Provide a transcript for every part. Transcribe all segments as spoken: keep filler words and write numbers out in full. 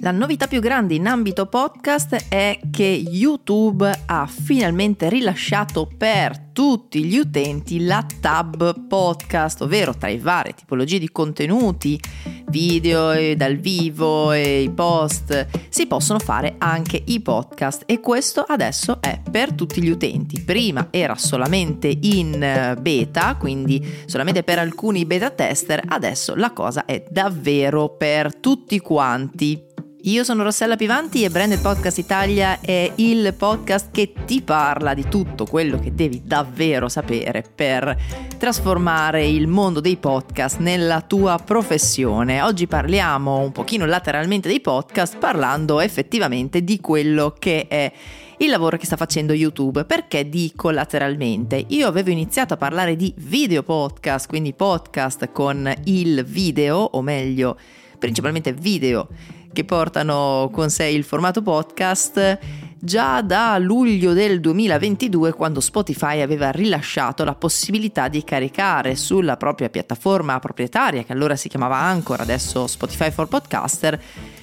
La novità più grande in ambito podcast è che YouTube ha finalmente rilasciato per tutti gli utenti la tab podcast, ovvero tra i varie tipologie di contenuti, video e dal vivo e i post, si possono fare anche i podcast e questo adesso è per tutti gli utenti. Prima era solamente in beta, quindi solamente per alcuni beta tester, adesso la cosa è davvero per tutti quanti. Io sono Rossella Pivanti e Branded Podcast Italia è il podcast che ti parla di tutto quello che devi davvero sapere per trasformare il mondo dei podcast nella tua professione. Oggi parliamo un pochino lateralmente dei podcast, parlando effettivamente di quello che è il lavoro che sta facendo YouTube. Perché dico lateralmente? Io avevo iniziato a parlare di video podcast, quindi podcast con il video, o meglio principalmente video che portano con sé il formato podcast, già da luglio del duemilaventidue, quando Spotify aveva rilasciato la possibilità di caricare sulla propria piattaforma proprietaria, che allora si chiamava Anchor, adesso Spotify for Podcaster,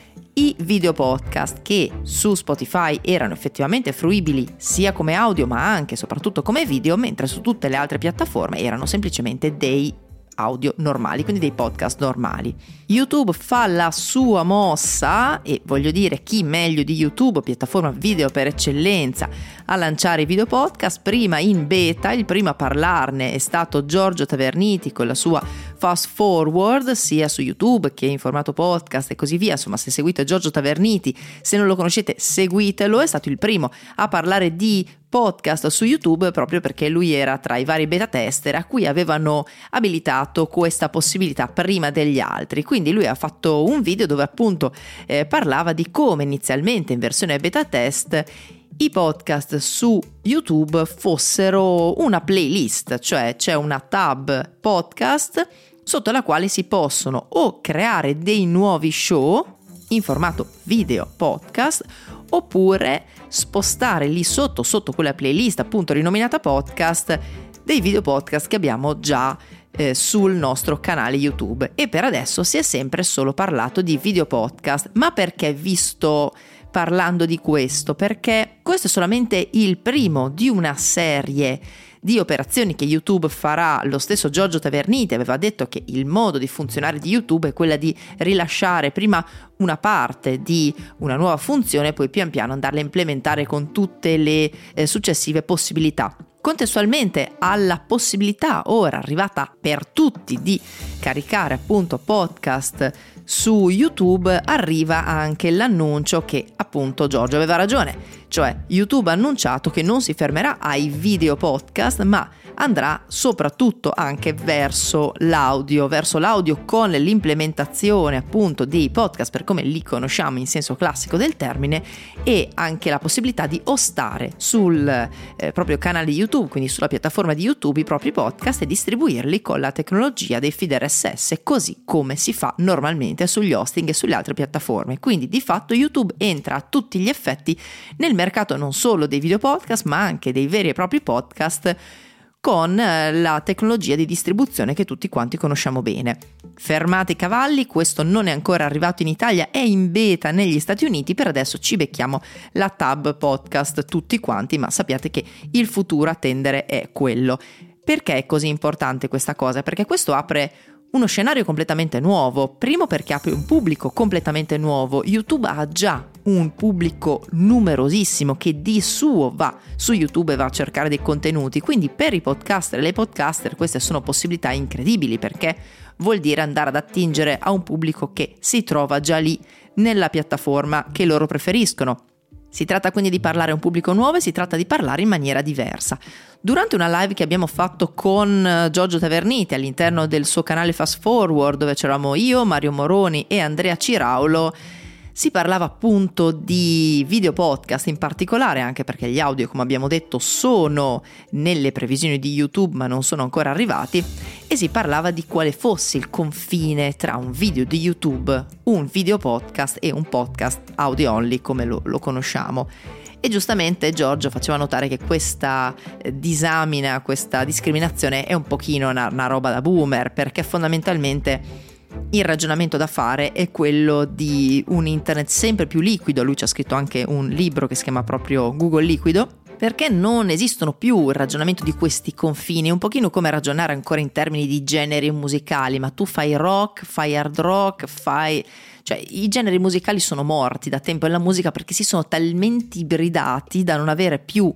i video podcast che su Spotify erano effettivamente fruibili sia come audio ma anche e soprattutto come video, mentre su tutte le altre piattaforme erano semplicemente dei audio normali, quindi dei podcast normali. YouTube fa la sua mossa e voglio dire, chi meglio di YouTube, piattaforma video per eccellenza, a lanciare i video podcast. Prima in beta, il primo a parlarne è stato Giorgio Taverniti con la sua Fast Forward, sia su YouTube che in formato podcast e così via. Insomma, se seguite Giorgio Taverniti, se non lo conoscete seguitelo, è stato il primo a parlare di podcast su YouTube proprio perché lui era tra i vari beta tester a cui avevano abilitato questa possibilità prima degli altri. Quindi lui ha fatto un video dove appunto eh, parlava di come inizialmente in versione beta test i podcast su YouTube fossero una playlist, cioè c'è una tab podcast sotto la quale si possono o creare dei nuovi show in formato video podcast oppure spostare lì sotto, sotto quella playlist appunto rinominata podcast, dei video podcast che abbiamo già eh, sul nostro canale YouTube. E per adesso si è sempre solo parlato di video podcast. Ma perché vi sto parlando di questo? Perché questo è solamente il primo di una serie di operazioni che YouTube farà. Lo stesso Giorgio Taverniti aveva detto che il modo di funzionare di YouTube è quella di rilasciare prima una parte di una nuova funzione e poi pian piano andarla a implementare con tutte le eh, successive possibilità. Contestualmente alla possibilità ora arrivata per tutti di caricare appunto podcast su YouTube arriva anche l'annuncio che appunto Giorgio aveva ragione, cioè YouTube ha annunciato che non si fermerà ai video podcast ma andrà soprattutto anche verso l'audio, verso l'audio con l'implementazione appunto dei podcast per come li conosciamo in senso classico del termine e anche la possibilità di ostare sul eh, proprio canale di YouTube, quindi sulla piattaforma di YouTube, i propri podcast e distribuirli con la tecnologia dei feed R S S, così come si fa normalmente sugli hosting e sulle altre piattaforme. Quindi di fatto YouTube entra a tutti gli effetti nel mercato non solo dei video podcast ma anche dei veri e propri podcast con la tecnologia di distribuzione che tutti quanti conosciamo bene. Fermate i cavalli, questo non è ancora arrivato in Italia, è in beta negli Stati Uniti, per adesso ci becchiamo la tab podcast tutti quanti, ma sappiate che il futuro a tendere è quello. Perché è così importante questa cosa? Perché questo apre uno scenario completamente nuovo. Primo perché apre un pubblico completamente nuovo. YouTube ha già un pubblico numerosissimo che di suo va su YouTube e va a cercare dei contenuti, quindi per i podcaster e le podcaster queste sono possibilità incredibili, perché vuol dire andare ad attingere a un pubblico che si trova già lì nella piattaforma che loro preferiscono. Si tratta quindi di parlare a un pubblico nuovo e si tratta di parlare in maniera diversa. Durante una live che abbiamo fatto con Giorgio Taverniti all'interno del suo canale Fast Forward, dove c'eravamo io, Mario Moroni e Andrea Ciraulo, si parlava appunto di video podcast in particolare, anche perché gli audio, come abbiamo detto, sono nelle previsioni di YouTube ma non sono ancora arrivati, e si parlava di quale fosse il confine tra un video di YouTube, un video podcast e un podcast audio only come lo, lo conosciamo. E giustamente Giorgio faceva notare che questa disamina, questa discriminazione è un pochino una, una roba da boomer, perché fondamentalmente Il ragionamento da fare è quello di un internet sempre più liquido. Lui ci ha scritto anche un libro che si chiama proprio Google Liquido, perché non esistono più il ragionamento di questi confini. È un pochino come ragionare ancora in termini di generi musicali, ma tu fai rock, fai hard rock, fai... cioè i generi musicali sono morti da tempo nella musica perché si sono talmente ibridati da non avere più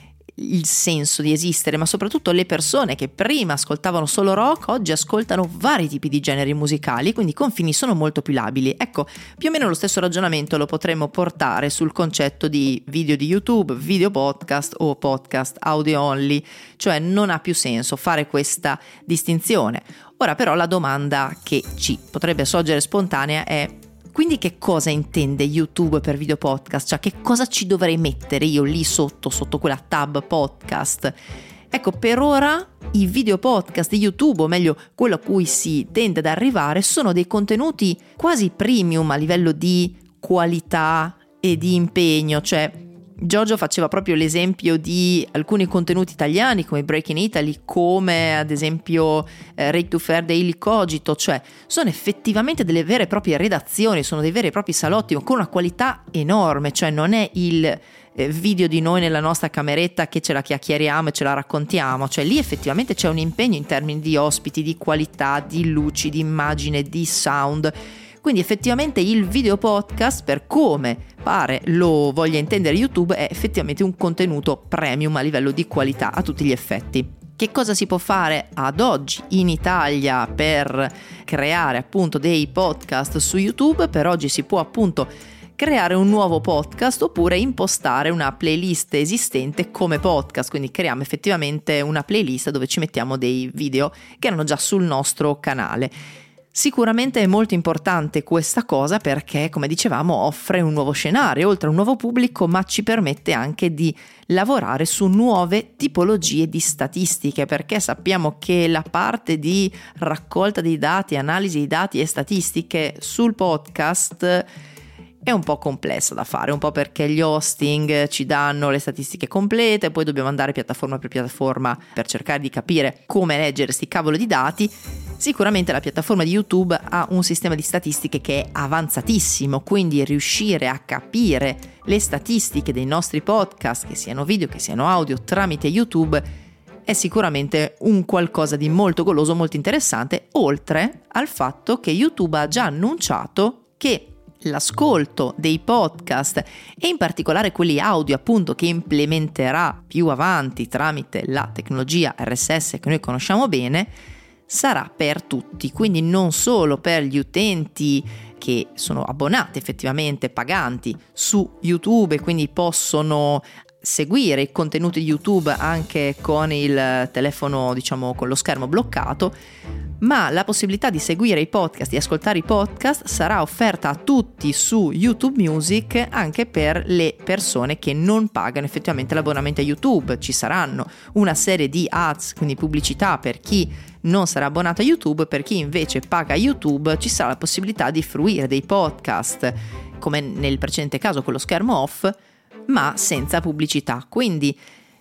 il senso di esistere, ma soprattutto le persone che prima ascoltavano solo rock oggi ascoltano vari tipi di generi musicali, quindi i confini sono molto più labili. Ecco, più o meno lo stesso ragionamento lo potremmo portare sul concetto di video di YouTube, video podcast o podcast audio only, cioè non ha più senso fare questa distinzione. Ora però la domanda che ci potrebbe sorgere spontanea è: quindi che cosa intende YouTube per video podcast? Cioè che cosa ci dovrei mettere io lì sotto, sotto quella tab podcast? Ecco, per ora i video podcast di YouTube, o meglio quello a cui si tende ad arrivare, sono dei contenuti quasi premium a livello di qualità e di impegno. Cioè Giorgio faceva proprio l'esempio di alcuni contenuti italiani come Breaking Italy, come ad esempio eh, Ready to Fair Daily Cogito, cioè sono effettivamente delle vere e proprie redazioni, sono dei veri e propri salotti con una qualità enorme, cioè non è il eh, video di noi nella nostra cameretta che ce la chiacchieriamo e ce la raccontiamo, cioè lì effettivamente c'è un impegno in termini di ospiti, di qualità, di luci, di immagine, di sound. Quindi effettivamente il video podcast, per come pare lo voglia intendere YouTube, è effettivamente un contenuto premium a livello di qualità a tutti gli effetti. Che cosa si può fare ad oggi in Italia per creare appunto dei podcast su YouTube? Per oggi si può appunto creare un nuovo podcast oppure impostare una playlist esistente come podcast, quindi creiamo effettivamente una playlist dove ci mettiamo dei video che erano già sul nostro canale. Sicuramente è molto importante questa cosa perché, come dicevamo, offre un nuovo scenario, oltre a un nuovo pubblico, ma ci permette anche di lavorare su nuove tipologie di statistiche, perché sappiamo che la parte di raccolta dei dati, analisi dei dati e statistiche sul podcast è un po' complessa da fare, un po' perché gli hosting ci danno le statistiche complete, poi dobbiamo andare piattaforma per piattaforma per cercare di capire come leggere sti cavolo di dati. Sicuramente la piattaforma di YouTube ha un sistema di statistiche che è avanzatissimo, quindi riuscire a capire le statistiche dei nostri podcast, che siano video, che siano audio, tramite YouTube, è sicuramente un qualcosa di molto goloso, molto interessante, oltre al fatto che YouTube ha già annunciato che l'ascolto dei podcast e in particolare quelli audio appunto che implementerà più avanti tramite la tecnologia R S S che noi conosciamo bene sarà per tutti, quindi non solo per gli utenti che sono abbonati effettivamente paganti su YouTube e quindi possono seguire i contenuti di YouTube anche con il telefono, diciamo con lo schermo bloccato, ma la possibilità di seguire i podcast, di ascoltare i podcast sarà offerta a tutti su YouTube Music anche per le persone che non pagano effettivamente l'abbonamento a YouTube. Ci saranno una serie di ads, quindi pubblicità per chi non sarà abbonato a YouTube, per chi invece paga YouTube ci sarà la possibilità di fruire dei podcast come nel precedente caso con lo schermo off, ma senza pubblicità. Quindi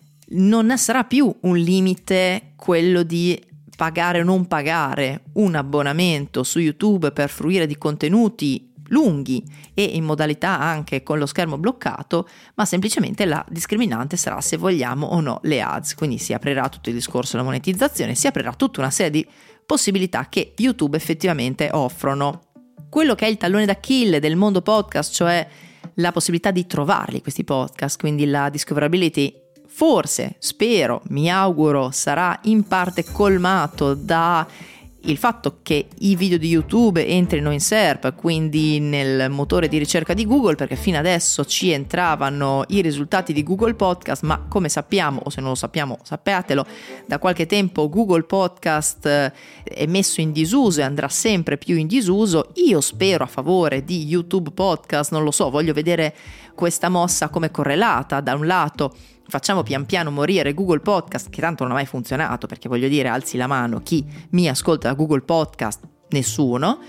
non sarà più un limite quello di pagare o non pagare un abbonamento su YouTube per fruire di contenuti lunghi e in modalità anche con lo schermo bloccato, ma semplicemente la discriminante sarà se vogliamo o no le ads. Quindi si aprirà tutto il discorso della monetizzazione, si aprirà tutta una serie di possibilità che YouTube effettivamente offrono. Quello che è il tallone d'Achille del mondo podcast, cioè la possibilità di trovarli questi podcast, quindi la discoverability, forse, spero, mi auguro, sarà in parte colmato da il fatto che i video di YouTube entrino in S E R P, quindi nel motore di ricerca di Google, perché fino adesso ci entravano i risultati di Google Podcast, ma come sappiamo, o se non lo sappiamo sappiatelo, da qualche tempo Google Podcast è messo in disuso e andrà sempre più in disuso. Io spero a favore di YouTube Podcast, non lo so, voglio vedere questa mossa come correlata. Da un lato facciamo pian piano morire Google Podcast, che tanto non ha mai funzionato, perché voglio dire, alzi la mano chi mi ascolta da Google Podcast, nessuno,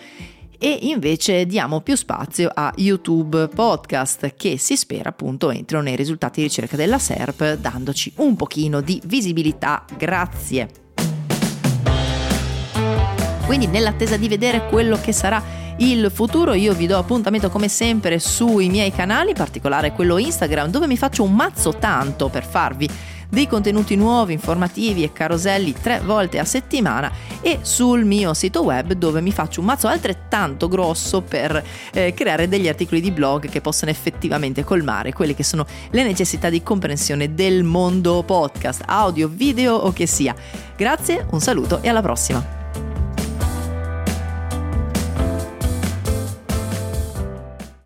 e invece diamo più spazio a YouTube Podcast, che si spera appunto entrino nei risultati di ricerca della S E R P, dandoci un pochino di visibilità. Grazie. Quindi nell'attesa di vedere quello che sarà il futuro, io vi do appuntamento come sempre sui miei canali, in particolare quello Instagram, dove mi faccio un mazzo tanto per farvi dei contenuti nuovi, informativi e caroselli tre volte a settimana, e sul mio sito web, dove mi faccio un mazzo altrettanto grosso per eh, creare degli articoli di blog che possano effettivamente colmare quelle che sono le necessità di comprensione del mondo podcast, audio, video o che sia. Grazie, un saluto e alla prossima!